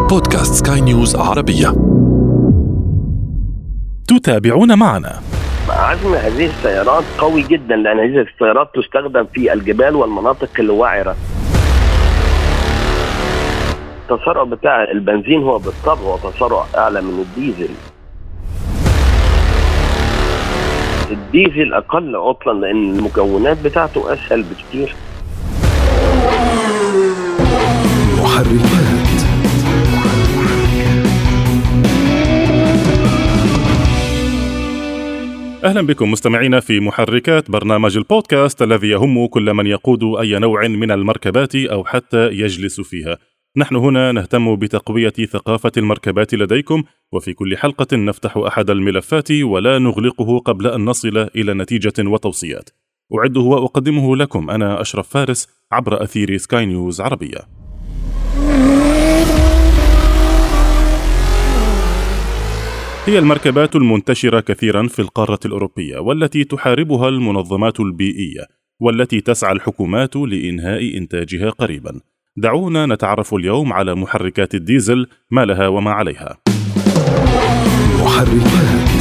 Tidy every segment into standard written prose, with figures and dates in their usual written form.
بودكاست سكاي نيوز عربية. تتابعون معنا. عزم هذه السيارات قوي جدا، لأن هذه السيارات تستخدم في الجبال والمناطق الوعرة. التسارع بتاع البنزين هو بالطبع هو تسارع أعلى من الديزل. الديزل أقل عطلا لأن المكونات بتاعته أسهل بكتير. محركات. أهلا بكم مستمعينا في محركات، برنامج البودكاست الذي يهم كل من يقود أي نوع من المركبات أو حتى يجلس فيها. نحن هنا نهتم بتقوية ثقافة المركبات لديكم، وفي كل حلقة نفتح أحد الملفات ولا نغلقه قبل أن نصل إلى نتيجة وتوصيات. أعده وأقدمه لكم أنا أشرف فارس عبر أثير سكاي نيوز عربية. هي المركبات المنتشرة كثيرا في القارة الأوروبية، والتي تحاربها المنظمات البيئية، والتي تسعى الحكومات لإنهاء إنتاجها قريبا. دعونا نتعرف اليوم على محركات الديزل، ما لها وما عليها. محركات.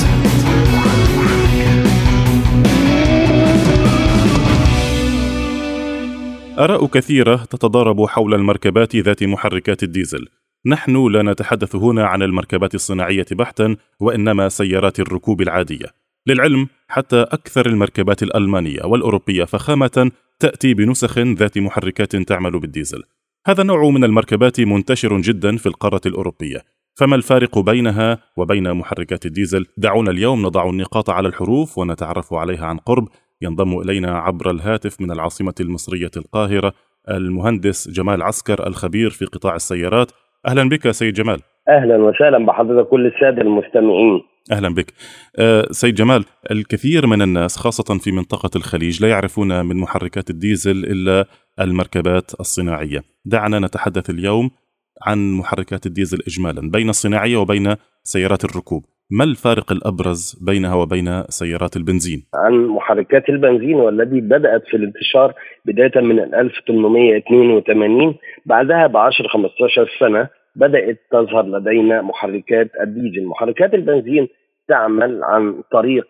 آراء كثيرة تتضارب حول المركبات ذات محركات الديزل. نحن لا نتحدث هنا عن المركبات الصناعية بحتا، وإنما سيارات الركوب العادية. للعلم حتى أكثر المركبات الألمانية والأوروبية فخامة تأتي بنسخ ذات محركات تعمل بالديزل. هذا النوع من المركبات منتشر جدا في القارة الأوروبية، فما الفارق بينها وبين محركات الديزل؟ دعونا اليوم نضع النقاط على الحروف ونتعرف عليها عن قرب. ينضم إلينا عبر الهاتف من العاصمة المصرية القاهرة المهندس جمال عسكر، الخبير في قطاع السيارات. أهلا بك سيد جمال. أهلا وسهلا بحضرتك كل السادة المستمعين. أهلا بك سيد جمال. الكثير من الناس خاصة في منطقة الخليج لا يعرفون من محركات الديزل إلا المركبات الصناعية. دعنا نتحدث اليوم عن محركات الديزل إجمالا بين الصناعية وبين سيارات الركوب. ما الفارق الأبرز بينها وبين سيارات البنزين؟ عن محركات البنزين والذي بدأت في الانتشار بداية من 1882، بعدها ب10-15 سنة بدأت تظهر لدينا محركات الديزل. محركات البنزين تعمل عن طريق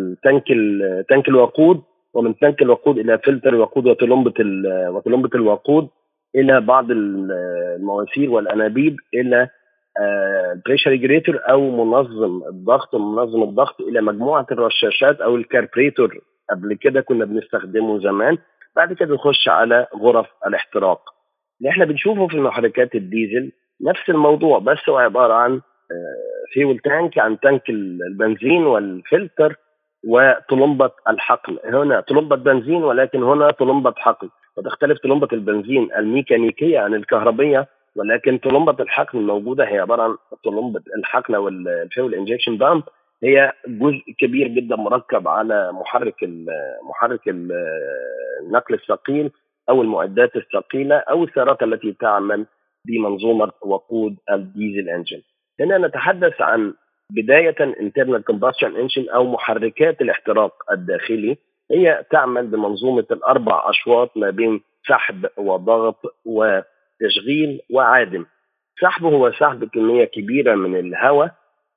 تانك الوقود، ومن تانك الوقود إلى فلتر الوقود وطلمبة الوقود، إلى بعض المواسير والأنابيب، إلى بريشر ريجوليتور أو منظم الضغط، إلى مجموعة الرشاشات أو الكاربريتور. قبل كده كنا بنستخدمه زمان. بعد كده نخش على غرف الاحتراق. اللي احنا بنشوفه في محركات الديزل نفس الموضوع، بس هو عبارة عن فيول تانك، عن تانك البنزين والفلتر وطلمبة الحقن. هنا طلمبة بنزين ولكن هنا طلمبة حقن، وتختلف طلمبة البنزين الميكانيكية عن الكهربية، ولكن طلمبة الحقن الموجودة هي عبارة عن طلمبة الحقن والفيول انجكشن بامب. هي جزء كبير جدا مركب على محرك النقل الثقيل أو المعدات الثقيلة أو السيارات التي تعمل بمنظومة وقود الديزل انجن. هنا نتحدث عن بداية internal combustion engine أو محركات الاحتراق الداخلي. هي تعمل بمنظومة الأربع أشواط ما بين سحب وضغط وتشغيل وعادم. سحب هو سحب كمية كبيرة من الهواء،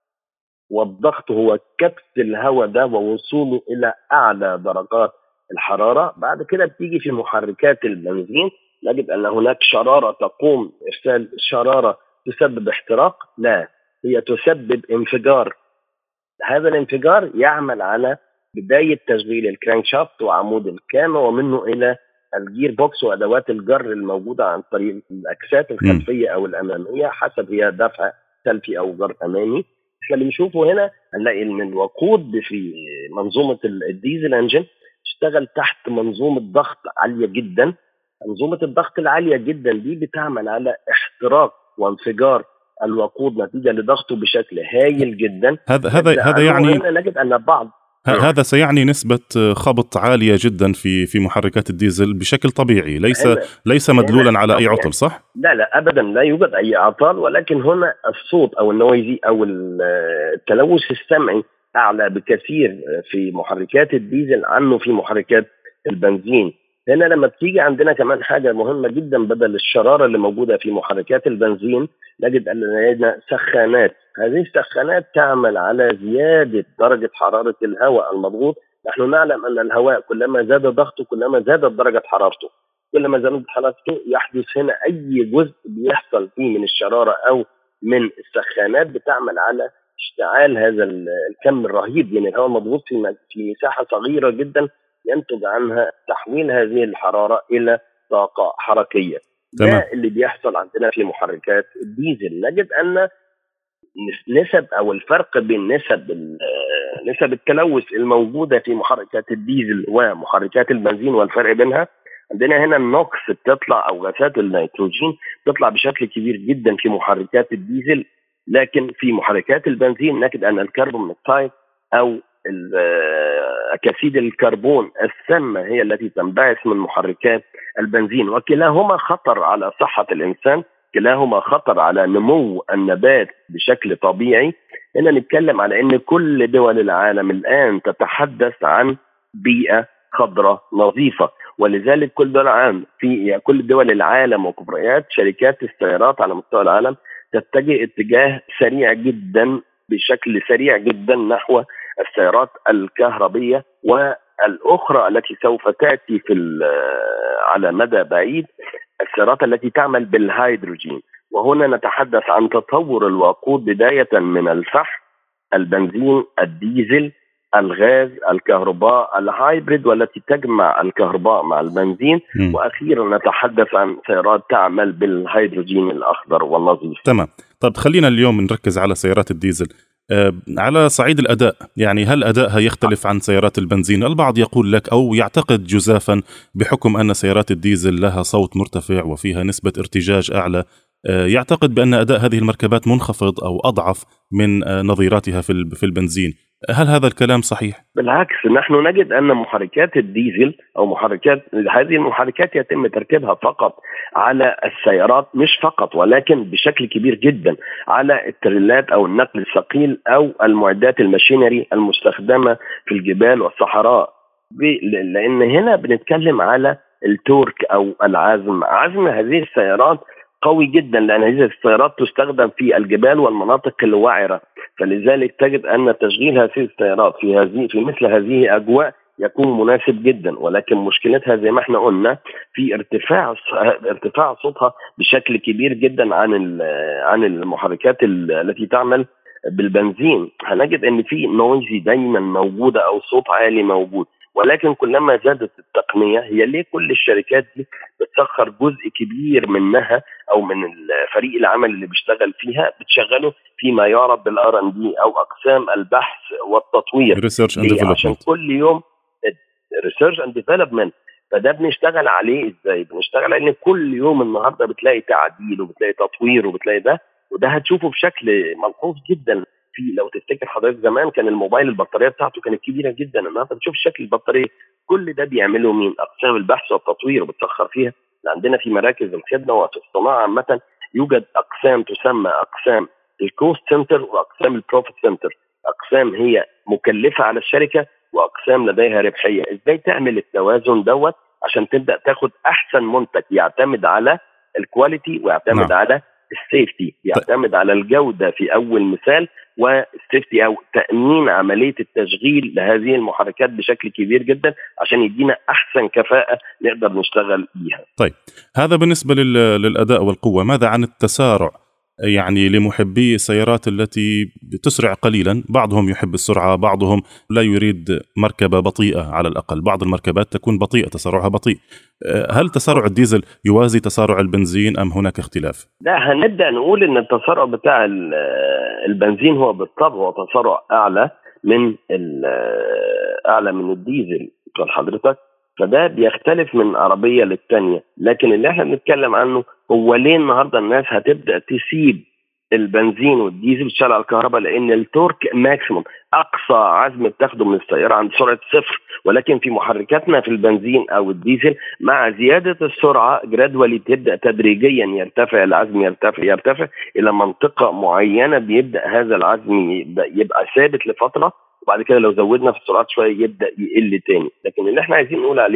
والضغط هو كبس الهواء ده ووصوله إلى أعلى درجات الحرارة. بعد كده بتيجي في محركات البنزين نجد أن هناك شرارة تقوم إرسال شرارة تسبب احتراق. لا، هي تسبب انفجار. هذا الانفجار يعمل على بداية تشغيل الكرانك شافت وعمود الكامة، ومنه إلى الجير بوكس وأدوات الجر الموجودة عن طريق الأكسات الخلفية أو الأمامية، حسب هي دفع خلفي أو جر أمامي. احنا بنشوفه هنا هنلاقي ان الوقود في منظومه الديزل انجن تشتغل تحت منظومه ضغط عاليه جدا. منظومه الضغط العاليه جدا دي بتعمل على احتراق وانفجار الوقود نتيجه لضغطه بشكل هايل جدا. هذا يعني نجد ان بعض هذا سيعني نسبة خبط عالية جدا في محركات الديزل بشكل طبيعي، ليس مدلولا على أي عطل، صح؟ لا أبدا، لا يوجد أي عطل، ولكن هنا الصوت أو النويزي أو التلوث السمعي أعلى بكثير في محركات الديزل عنه في محركات البنزين. هنا لما بتيجي عندنا كمان حاجة مهمة جدا، بدل الشرارة اللي موجودة في محركات البنزين نجد أن لدينا سخانات. هذه السخانات تعمل على زيادة درجة حرارة الهواء المضغوط. نحن نعلم أن الهواء كلما زاد ضغطه كلما زادت درجة حرارته، كلما زادت حرارته يحدث هنا أي جزء بيحصل فيه من الشرارة أو من السخانات بتعمل على اشتعال هذا الكم الرهيب من الهواء المضغوط في مساحة صغيرة جدا، ينتج عنها تحويل هذه الحرارة إلى طاقة حركية. تمام. ده اللي بيحصل عندنا في محركات الديزل. نجد أن نسب أو الفرق بين نسب التلوث الموجودة في محركات الديزل ومحركات البنزين والفرق بينها، عندنا هنا النوكس بتطلع أو غازات النيتروجين بتطلع بشكل كبير جدا في محركات الديزل، لكن في محركات البنزين نجد أن الكربون مونوكسيد أو أكاسيد الكربون السامة هي التي تنبعث من محركات البنزين، وكلاهما خطر على صحة الإنسان، كلاهما خطر على نمو النبات بشكل طبيعي. هنا نتكلم على أن كل دول العالم الآن تتحدث عن بيئة خضراء نظيفة، ولذلك كل دول العالم وكبريات شركات السيارات على مستوى العالم تتجه اتجاه سريع جدا بشكل سريع جدا نحو السيارات الكهربية، والأخرى التي سوف تأتي على مدى بعيد السيارات التي تعمل بالهيدروجين. وهنا نتحدث عن تطور الوقود بداية من الفحم، البنزين، الديزل، الغاز، الكهرباء، الهايبريد والتي تجمع الكهرباء مع البنزين، وأخيرا نتحدث عن سيارات تعمل بالهيدروجين الأخضر والنظيف. تمام. طب خلينا اليوم نركز على سيارات الديزل. على صعيد الأداء، يعني هل أدائها يختلف عن سيارات البنزين؟ البعض يقول لك أو يعتقد جزافا بحكم أن سيارات الديزل لها صوت مرتفع وفيها نسبة ارتجاج أعلى، يعتقد بأن أداء هذه المركبات منخفض أو أضعف من نظيراتها في البنزين. هل هذا الكلام صحيح؟ بالعكس، نحن نجد أن محركات الديزل أو هذه المحركات يتم تركيبها فقط على السيارات، مش فقط ولكن بشكل كبير جدا على التريلات أو النقل الثقيل أو المعدات الماشينري المستخدمة في الجبال والصحراء، لأن هنا بنتكلم على التورك أو عزم هذه السيارات قوي جدا، لأن هذه السيارات تستخدم في الجبال والمناطق الوعرة، فلذلك تجد أن تشغيل هذه السيارات في مثل هذه أجواء يكون مناسب جدا. ولكن مشكلتها زي ما احنا قلنا في ارتفاع صوتها بشكل كبير جدا عن المحركات التي تعمل بالبنزين. هنجد ان في نويزي دايما موجودة او صوت عالي موجود، ولكن كلما زادت التقنية هي ليه كل الشركات دي بتسخر جزء كبير منها او من فريق العمل اللي بيشتغل فيها بتشغله فيما يعرف بالR&D او اقسام البحث والتطوير، عشان كل يوم ريسيرش اند ديفلوبمنت. فده بنشتغل عليه ازاي؟ بنشتغل عليه كل يوم النهارده بتلاقي تعديل وبتلاقي تطوير وبتلاقي ده، وده هتشوفه بشكل ملحوظ جدا. لو تفتكر حضرتك زمان كان الموبايل البطاريه بتاعته كانت كبيره جدا، النهارده بتشوف شكل البطاريه. كل ده بيعمله مين؟ اقسام البحث والتطوير وبتسخر فيها. عندنا في مراكز الخدمه وفي الصناعه عامه يوجد اقسام تسمى اقسام الكوست سنتر واقسام البروفيت سنتر، اقسام هي مكلفه على الشركه واقسام لديها ربحيه. ازاي تعمل التوازن دوت عشان تبدا تاخد احسن منتج يعتمد على الكواليتي ويعتمد على السيفتي، يعتمد على الجوده في اول مثال، والسيفتي او تامين عمليه التشغيل لهذه المحركات بشكل كبير جدا عشان يدينا احسن كفاءه نقدر نشتغل بيها. طيب، هذا بالنسبه للاداء والقوه. ماذا عن التسارع؟ يعني لمحبي السيارات التي تسرع قليلا، بعضهم يحب السرعة، بعضهم لا يريد مركبة بطيئة، على الأقل بعض المركبات تكون بطيئة، تسارعها بطيء. هل تسارع الديزل يوازي تسارع البنزين أم هناك اختلاف؟ لا، هنبدأ نقول أن التسارع بتاع البنزين هو بالطبع هو تسارع أعلى من الديزل حضرتك، فده بيختلف من عربية للتانية. لكن اللي احنا بنتكلم عنه هو ليه النهاردة الناس هتبدأ تسيب البنزين والديزل وتشتغل على الكهرباء؟ لأن التورك ماكسيموم أقصى عزم بتاخده من السيارة عند سرعة 0، ولكن في محركاتنا في البنزين أو الديزل مع زيادة السرعة جرادولي تبدأ تدريجيا يرتفع العزم، يرتفع إلى منطقة معينة، بيبدأ هذا العزم يبقى ثابت لفترة، وبعد كده لو زودنا في السرعات شويه يبدا يقل تاني. لكن اللي احنا عايزين نقول عليه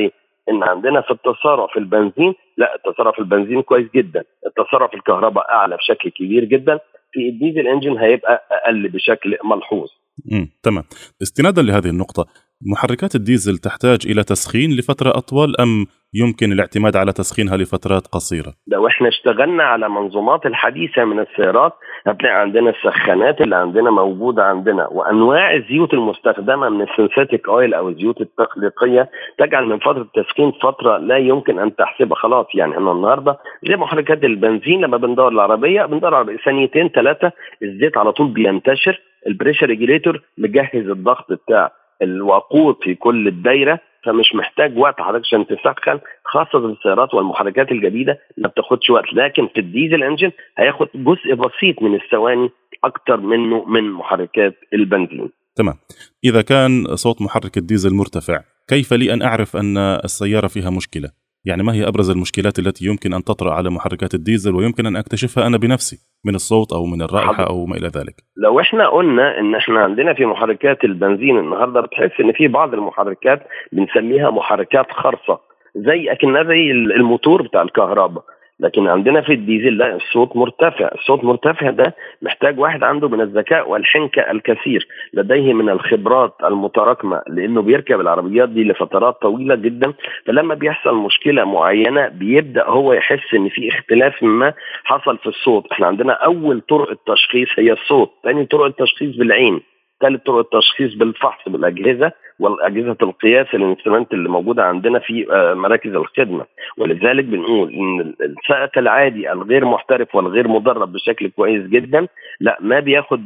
ان عندنا في التسارع في البنزين، لا التسارع في البنزين كويس جدا، التسارع في الكهرباء اعلى بشكل كبير جدا، في الديزل انجن هيبقى اقل بشكل ملحوظ. تمام. استنادا لهذه النقطة، محركات الديزل تحتاج إلى تسخين لفترة أطول أم يمكن الاعتماد على تسخينها لفترات قصيرة؟ لو احنا اشتغلنا على منظومات الحديثة من السيارات هتلاقي عندنا السخانات اللي عندنا موجودة عندنا، وأنواع الزيوت المستخدمة من السينثيتيك أويل أو الزيوت التخليقية تجعل من فترة التسخين فترة لا يمكن أن تحسبها. خلاص يعني احنا النهاردة زي محركات البنزين لما بندور العربية بندور على ثانيتين ثلاثة الزيت على طول بينتشر، البريشر ريجوليتور مجهز الضغط بتاع الوقود في كل الدايرة، فمش محتاج وقت حضرتك عشان تسخن، خاصة السيارات والمحركات الجديدة ما بتاخدش وقت. لكن في الديزل انجن هياخد جزء بسيط من الثواني أكتر منه من محركات البنزين. تمام. إذا كان صوت محرك الديزل مرتفع، كيف لي أن أعرف أن السيارة فيها مشكلة؟ يعني ما هي أبرز المشكلات التي يمكن أن تطرأ على محركات الديزل ويمكن أن أكتشفها أنا بنفسي من الصوت أو من الرائحة أو ما إلى ذلك؟ لو احنا قلنا ان احنا عندنا في محركات البنزين النهارده بتحس ان في بعض المحركات بنسميها محركات خرصة، زي اكنها زي الموتور بتاع الكهرباء. لكن عندنا في الديزل لا، الصوت مرتفع، الصوت مرتفع ده محتاج واحد عنده من الذكاء والحنكة الكثير، لديه من الخبرات المتراكمة، لأنه بيركب العربيات دي لفترات طويلة جدا. فلما بيحصل مشكلة معينة بيبدأ هو يحس إن في اختلاف ما حصل في الصوت. احنا عندنا أول طرق التشخيص هي الصوت، ثاني طرق التشخيص بالعين، ثالث طرق التشخيص بالفحص بالأجهزة والأجهزة القياس الانسترومنت اللي موجودة عندنا في مراكز الخدمة. ولذلك بنقول ان السائق العادي الغير محترف والغير مدرب بشكل كويس جدا لا ما بياخد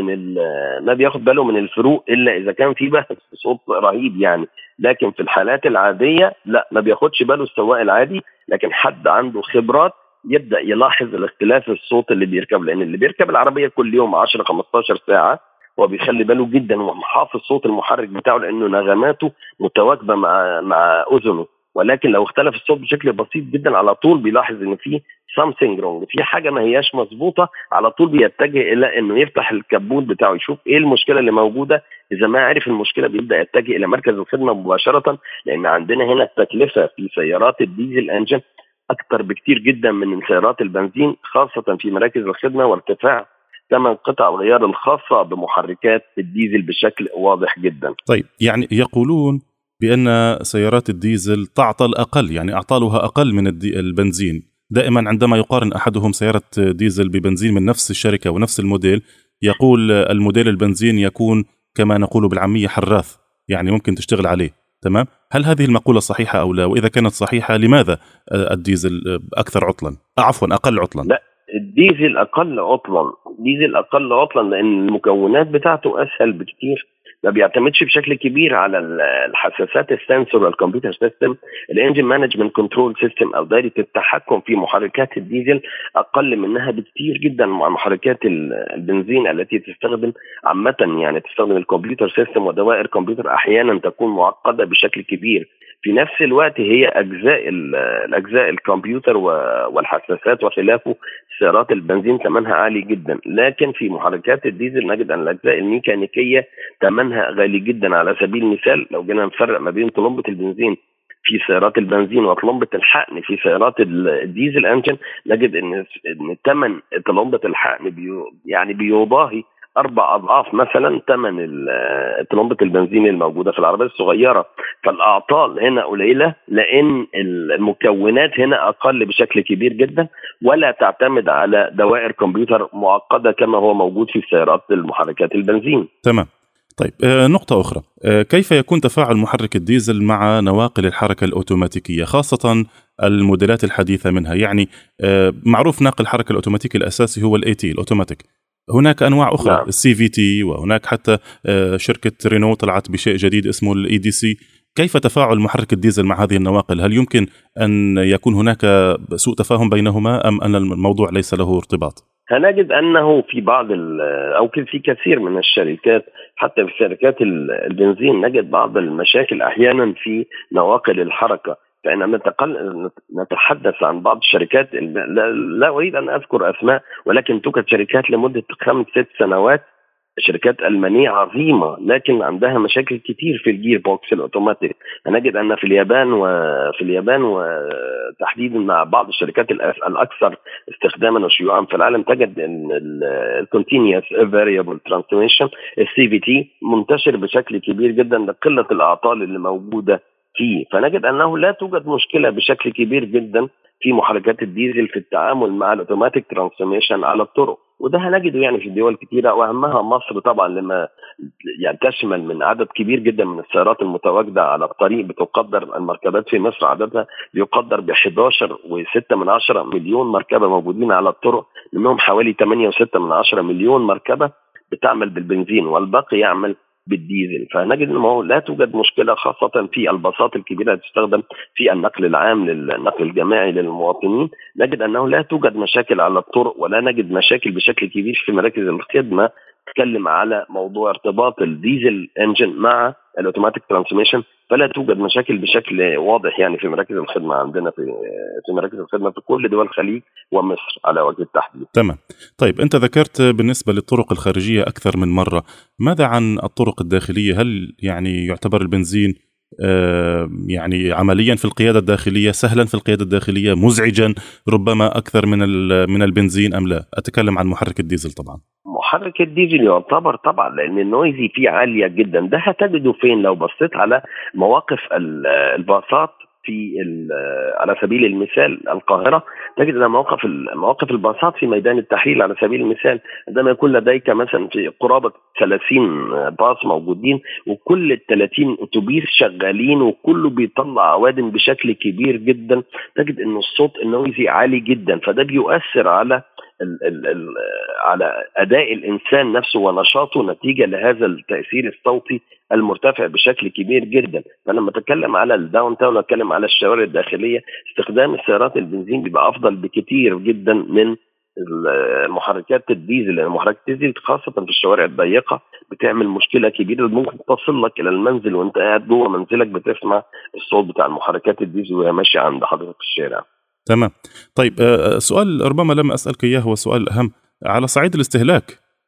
باله من الفروق الا اذا كان في بحث صوت رهيب يعني. لكن في الحالات العاديه لا ما بياخدش باله السواق العادي، لكن حد عنده خبرات يبدا يلاحظ الاختلاف الصوت اللي بيركب، لان اللي بيركب العربيه كل يوم 10 15 ساعه هو بيخلي باله جدا ومحافظ صوت المحرك بتاعه لانه نغماته متواكبه مع اذنه. ولكن لو اختلف الصوت بشكل بسيط جدا على طول بيلاحظ ان في something wrong، في حاجه ما هياش مظبوطه، على طول بيتجه الى انه يفتح الكبوت بتاعه يشوف ايه المشكله اللي موجوده. اذا ما عرف المشكله بيبدا يتجه الى مركز الخدمه مباشره، لان عندنا هنا التكلفه في سيارات الديزل انجن اكثر بكتير جدا من سيارات البنزين، خاصه في مراكز الخدمه وارتفاع ثمن قطع الغيار الخاصه بمحركات الديزل بشكل واضح جدا. طيب يعني يقولون بأن سيارات الديزل تعطل أقل، يعني أعطالها أقل من البنزين. دائما عندما يقارن أحدهم سيارة ديزل ببنزين من نفس الشركة ونفس الموديل، يقول الموديل البنزين يكون كما نقول بالعامية حراث، يعني ممكن تشتغل عليه. تمام. هل هذه المقولة صحيحة أو لا؟ وإذا كانت صحيحة لماذا الديزل أكثر عطلا؟ عفوا أقل عطلا. لا الديزل أقل عطلا، ديزل أقل عطلا لأن المكونات بتاعته أسهل بكتير، ما بيعتمدش بشكل كبير على الحساسات السنسور والكمبيوتر سيستم. الانجن مانجمنت كنترول سيستم او دائره التحكم في محركات الديزل اقل منها بكتير جدا مع محركات البنزين التي تستخدم عامه، يعني تستخدم الكمبيوتر سيستم ودوائر كمبيوتر احيانا تكون معقده بشكل كبير. في نفس الوقت هي الاجزاء الكمبيوتر والحساسات وخلافه سيارات البنزين ثمنها عالي جدا، لكن في محركات الديزل نجد ان الاجزاء الميكانيكيه ثمنها غالي جدا. على سبيل المثال لو جينا نفرق ما بين طلمبه البنزين في سيارات البنزين وطلمبه الحقن في سيارات الديزل انجن، نجد ان ثمن طلمبه الحقن يعني بيضاهي 4 أضعاف مثلا ثمن طلمبة البنزين الموجودة في العربية الصغيرة. فالأعطال هنا قليلة لأن المكونات هنا أقل بشكل كبير جدا، ولا تعتمد على دوائر كمبيوتر معقدة كما هو موجود في سيارات المحركات البنزين. تمام. طيب نقطة أخرى، كيف يكون تفاعل محرك الديزل مع نواقل الحركة الأوتوماتيكية خاصة الموديلات الحديثة منها؟ يعني معروف ناقل الحركة الأوتوماتيكي الأساسي هو الAT الأوتوماتيك، هناك أنواع أخرى نعم. CVT، وهناك حتى شركة رينو طلعت بشيء جديد اسمه EDC. كيف تفاعل محرك الديزل مع هذه النواقل؟ هل يمكن أن يكون هناك سوء تفاهم بينهما أم أن الموضوع ليس له ارتباط؟ هنجد أنه في بعض أو في كثير من الشركات، حتى في شركات البنزين نجد بعض المشاكل أحيانا في نواقل الحركة. فإن نتحدث عن بعض الشركات، لا أريد أن أذكر أسماء، ولكن توجد شركات لمدة 5-6 سنوات شركات ألمانية عظيمة لكن عندها مشاكل كتير في الجير بوكس الأوتوماتيك. هنجد أن في اليابان وتحديدا مع بعض الشركات الأكثر استخداما وشيوعا في العالم، تجد أن الكونتينيوس فاريبل ترانسميشن السي في تي منتشر بشكل كبير جدا لقلة الأعطال اللي موجودة فيه. فنجد أنه لا توجد مشكلة بشكل كبير جدا في محركات الديزل في التعامل مع الاوتوماتيك ترانسفورميشن على الطرق، وده هنجده يعني في دول كثيره واهمها مصر طبعا، لما يعني تشمل من عدد كبير جدا من السيارات المتواجده على الطريق. بتقدر المركبات في مصر عددها بيقدر ب 11.6 مليون مركبه موجودين على الطرق، منهم حوالي 8.6 مليون مركبه بتعمل بالبنزين والباقي يعمل بالديزل. فنجد انه لا توجد مشكله خاصه في الباصات الكبيره اللي تستخدم في النقل العام للنقل الجماعي للمواطنين. نجد انه لا توجد مشاكل على الطرق ولا نجد مشاكل بشكل كبير في مراكز الخدمه. تكلم على موضوع ارتباط الديزل انجن مع الاوتوماتيك ترانسميشن، فلا توجد مشاكل بشكل واضح يعني في مراكز الخدمه عندنا في مراكز الخدمه في كل دول الخليج ومصر على وجه التحديد. تمام. طيب أنت ذكرت بالنسبة للطرق الخارجية أكثر من مرة، ماذا عن الطرق الداخلية؟ هل يعني يعتبر البنزين يعني عمليا في القيادة الداخلية، سهلا في القيادة الداخلية، مزعجا ربما أكثر من البنزين أم لا؟ أتكلم عن محرك الديزل طبعا. محرك الديزل يعتبر طبعا، لان النويزي فيه عاليه جدا. ده هتجده فين؟ لو بصيت على مواقف الباصات على سبيل المثال القاهره، تجد ان مواقف الباصات في ميدان التحرير على سبيل المثال، عندما يكون لديك مثلا في قرابه 30 باص موجودين، وكل ال 30 اتوبيس شغالين وكله بيطلع عوادم بشكل كبير جدا، تجد ان الصوت النويزي عالي جدا. فده بيؤثر على على اداء الانسان نفسه ونشاطه نتيجه لهذا التاثير الصوتي المرتفع بشكل كبير جدا. فلما اتكلم على الداون تاون واتكلم على الشوارع الداخليه، استخدام السيارات البنزين بيبقى افضل بكتير جدا من محركات الديزل. لان محركات الديزل خاصه في الشوارع الضيقه بتعمل مشكله كبيره، ممكن تصل لك الى المنزل وانت قاعد جوه منزلك بتسمع الصوت بتاع المحركات الديزل وهي ماشيه عند حضرتك في الشارع. تمام. طيب سؤال ربما لم أسألك إياه، هو سؤال أهم على صعيد الاستهلاك.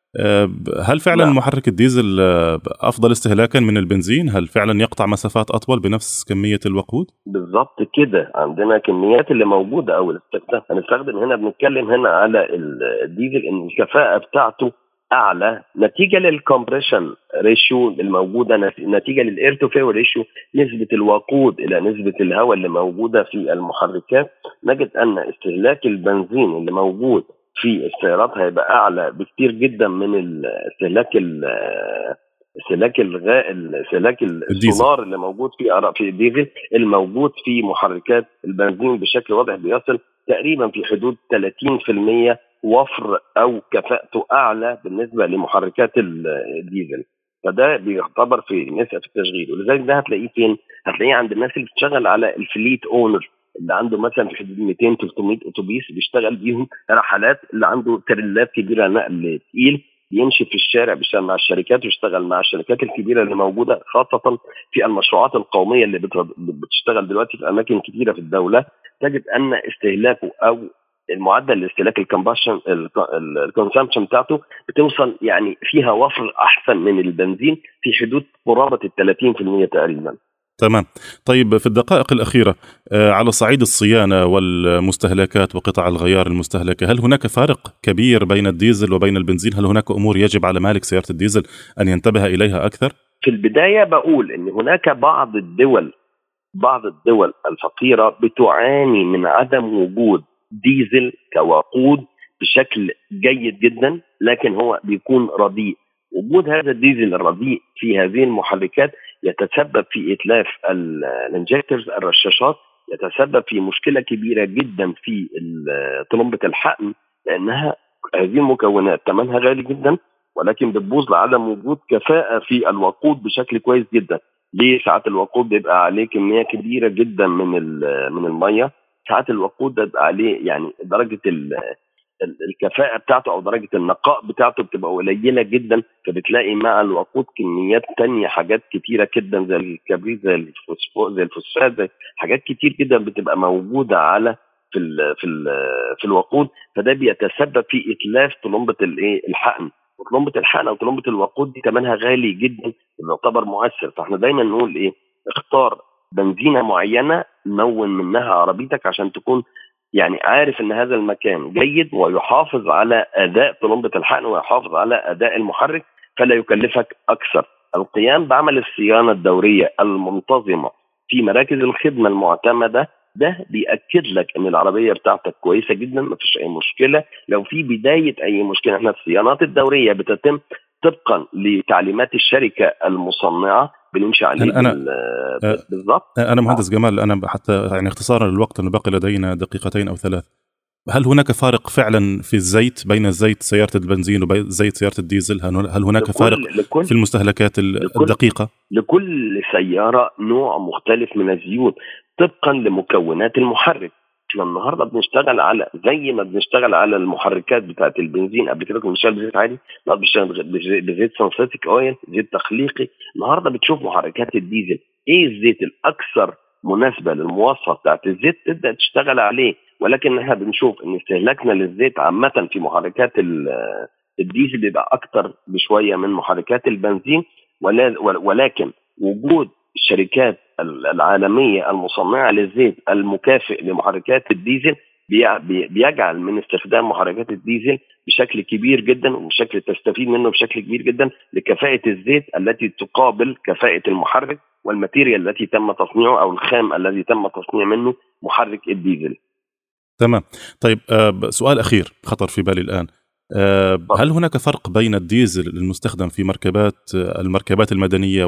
هل فعلا نعم. محرك الديزل أفضل استهلاكا من البنزين؟ هل فعلا يقطع مسافات أطول بنفس كمية الوقود؟ بالضبط كده، عندنا كميات اللي موجودة أو الاستخدام. هنستخدم هنا، بنتكلم هنا على الديزل إن الكفاءة بتاعته أعلى نتيجة للكمبريشن ريشيو الموجودة، نتيجة للإير تو فيول ريشيو، نسبة الوقود إلى نسبة الهواء اللي موجودة في المحركات. نجد أن استهلاك البنزين اللي موجود في السيارات هيبقى أعلى بكتير جدا من استهلاك السولار اللي موجود في الديزل. الموجود في محركات البنزين بشكل واضح بيصل تقريبا في حدود 30% وفر او كفاءته اعلى بالنسبه لمحركات الديزل. فده بيعتبر في نسبه التشغيل، ولذلك ده هتلاقيه فين؟ هتلاقيه عند الناس اللي بتشتغل على الفليت اونر، اللي عنده مثلا في حدود 200 300 اتوبيس بيشتغل بيهم رحلات، اللي عنده تريلات كبيره نقل تقيل يمشي في الشارع بيشتغل مع الشركات ويشتغل مع الشركات الكبيره اللي موجوده، خاصه في المشروعات القوميه اللي بتشتغل دلوقتي في اماكن كثيره في الدوله. تجد ان استهلاكه او المعدل الاستهلاك الكونسامشن بتاعته بتوصل يعني فيها وفر احسن من البنزين في حدود قرابه ال 30% تقريبا. تمام. طيب في الدقائق الأخيرة، على صعيد الصيانة والمستهلكات وقطع الغيار المستهلكة، هل هناك فارق كبير بين الديزل وبين البنزين؟ هل هناك أمور يجب على مالك سيارة الديزل أن ينتبه إليها أكثر؟ في البداية بقول أن هناك بعض الدول الفقيرة بتعاني من عدم وجود ديزل كوقود بشكل جيد جدا، لكن هو بيكون رديء. وجود هذا الديزل الرديء في هذه المحركات يتسبب في إتلاف الانجكتورز الرشاشات، يتسبب في مشكلة كبيرة جدا في طلمبة الحقن، لأنها هذه المكونات ثمنها غالي جدا ولكن بتبوظ لعدم وجود كفاءة في الوقود بشكل كويس جدا. ليه؟ ساعات الوقود بيبقى عليه كمية كبيرة جدا من المية، ساعات الوقود بيبقى عليه يعني درجة الكفاءة بتاعته أو درجة النقاء بتاعته بتبقى قليلة جدا، فبتلاقي مع الوقود كميات تانية حاجات كتيرة جدا زي الكبريت زي الفوسفات زي حاجات كتير جدا بتبقى موجودة على في الوقود. فده بيتسبب في إتلاف طلمبة الحقن. وطلمبة الحقن أو طلمبة الوقود دي ثمنها غالي جدا، يعتبر مؤثر. فاحنا دايما نقول إيه، اختار بنزينة معينة مون منها عربيتك عشان تكون يعني عارف ان هذا المكان جيد ويحافظ على اداء طلمبة الحقن ويحافظ على اداء المحرك، فلا يكلفك اكثر. القيام بعمل الصيانة الدورية المنتظمة في مراكز الخدمة المعتمدة ده بيأكد لك ان العربية بتاعتك كويسة جدا، ما فيش اي مشكلة. لو في بداية اي مشكلة، احنا الصيانات الدورية بتتم طبقا لتعليمات الشركة المصنعة بنمشي عليه بالضبط. أنا مهندس جمال، أنا حتى يعني اختصارا للوقت أنه بقي لدينا دقيقتين أو 3، هل هناك فارق فعلا في الزيت بين زيت سيارة البنزين وبين زيت سيارة الديزل؟ هل هناك فارق في المستهلكات الدقيقة؟ لكل سيارة نوع مختلف من الزيوت طبقا لمكونات المحرك. احنا النهارده بنشتغل على زي ما بنشتغل على المحركات بتاعه البنزين، قبل كده كنا بنشتغل بزيت عادي، النهارده بنشتغل بزيت سينثيتيك اويل، زيت تخليقي. النهارده بتشوف محركات الديزل ايه الزيت الاكثر مناسبه للمواصفه بتاعه الزيت تبدا تشتغل عليه. ولكن احنا بنشوف ان استهلاكنا للزيت عامه في محركات الديزل بيبقى اكتر بشويه من محركات البنزين، ولكن وجود الشركات العالمية المصنعة للزيت المكافئ لمحركات الديزل بيجعل من استخدام محركات الديزل بشكل كبير جدا، وبشكل تستفيد منه بشكل كبير جدا لكفاءة الزيت التي تقابل كفاءة المحرك والماتيريال التي تم تصنيعه أو الخام الذي تم تصنيع منه محرك الديزل. تمام. طيب سؤال أخير خطر في بالي الآن، هل هناك فرق بين الديزل المستخدم في المركبات المدنية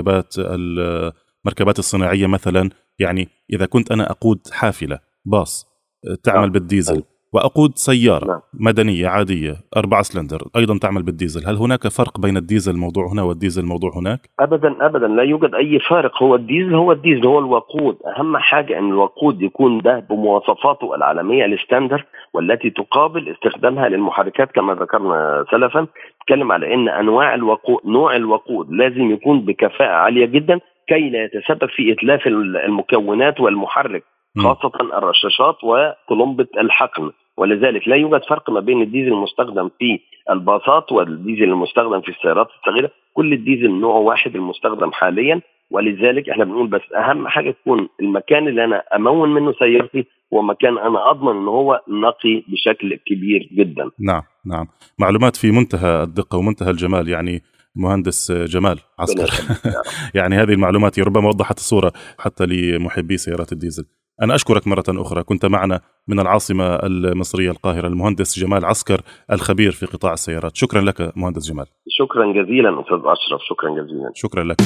والمركبات الصناعية مثلا؟ يعني إذا كنت أنا أقود حافلة باص تعمل بالديزل وأقود سيارة مدنية عادية 4 سلندر أيضا تعمل بالديزل، هل هناك فرق بين الديزل الموضوع هنا والديزل الموضوع هناك؟ أبدا لا يوجد أي فارق. هو الديزل هو الوقود. أهم حاجة أن الوقود يكون ده بمواصفاته العالمية الستاندر والتي تقابل استخدامها للمحركات كما ذكرنا سلفا. نتكلم على أن نوع الوقود لازم يكون بكفاءة عالية جدا كي لا يتسبب في إتلاف المكونات والمحرك، خاصة الرشاشات وطلمبة الحقن. ولذلك لا يوجد فرق ما بين الديزل المستخدم في الباصات والديزل المستخدم في السيارات الصغيرة. كل الديزل نوع واحد المستخدم حاليا. ولذلك احنا بنقول بس اهم حاجة تكون المكان اللي انا امون منه سيارتي هو مكان انا اضمن ان هو نقي بشكل كبير جدا. نعم معلومات في منتهى الدقة ومنتهى الجمال، يعني مهندس جمال عسكر يعني هذه المعلومات ربما وضحت الصورة حتى لمحبي سيارات الديزل. أنا أشكرك مرة أخرى، كنت معنا من العاصمة المصرية القاهرة المهندس جمال عسكر الخبير في قطاع السيارات. شكرا لك مهندس جمال. شكرا جزيلا أستاذ أشرف، شكرا جزيلا. شكرا لك.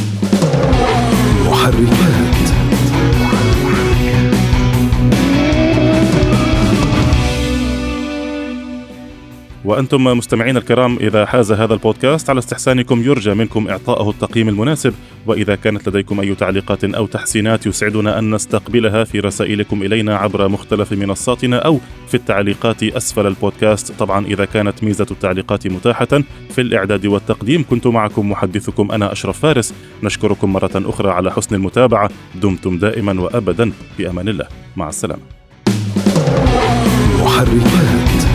محركات. وأنتم مستمعين الكرام، إذا حاز هذا البودكاست على استحسانكم يرجى منكم إعطائه التقييم المناسب، وإذا كانت لديكم أي تعليقات أو تحسينات يسعدنا أن نستقبلها في رسائلكم إلينا عبر مختلف منصاتنا أو في التعليقات أسفل البودكاست. طبعا إذا كانت ميزة التعليقات متاحة في الإعداد والتقديم. كنت معكم محدثكم أنا أشرف فارس، نشكركم مرة أخرى على حسن المتابعة. دمتم دائما وأبدا بأمان الله، مع السلامة. محركات.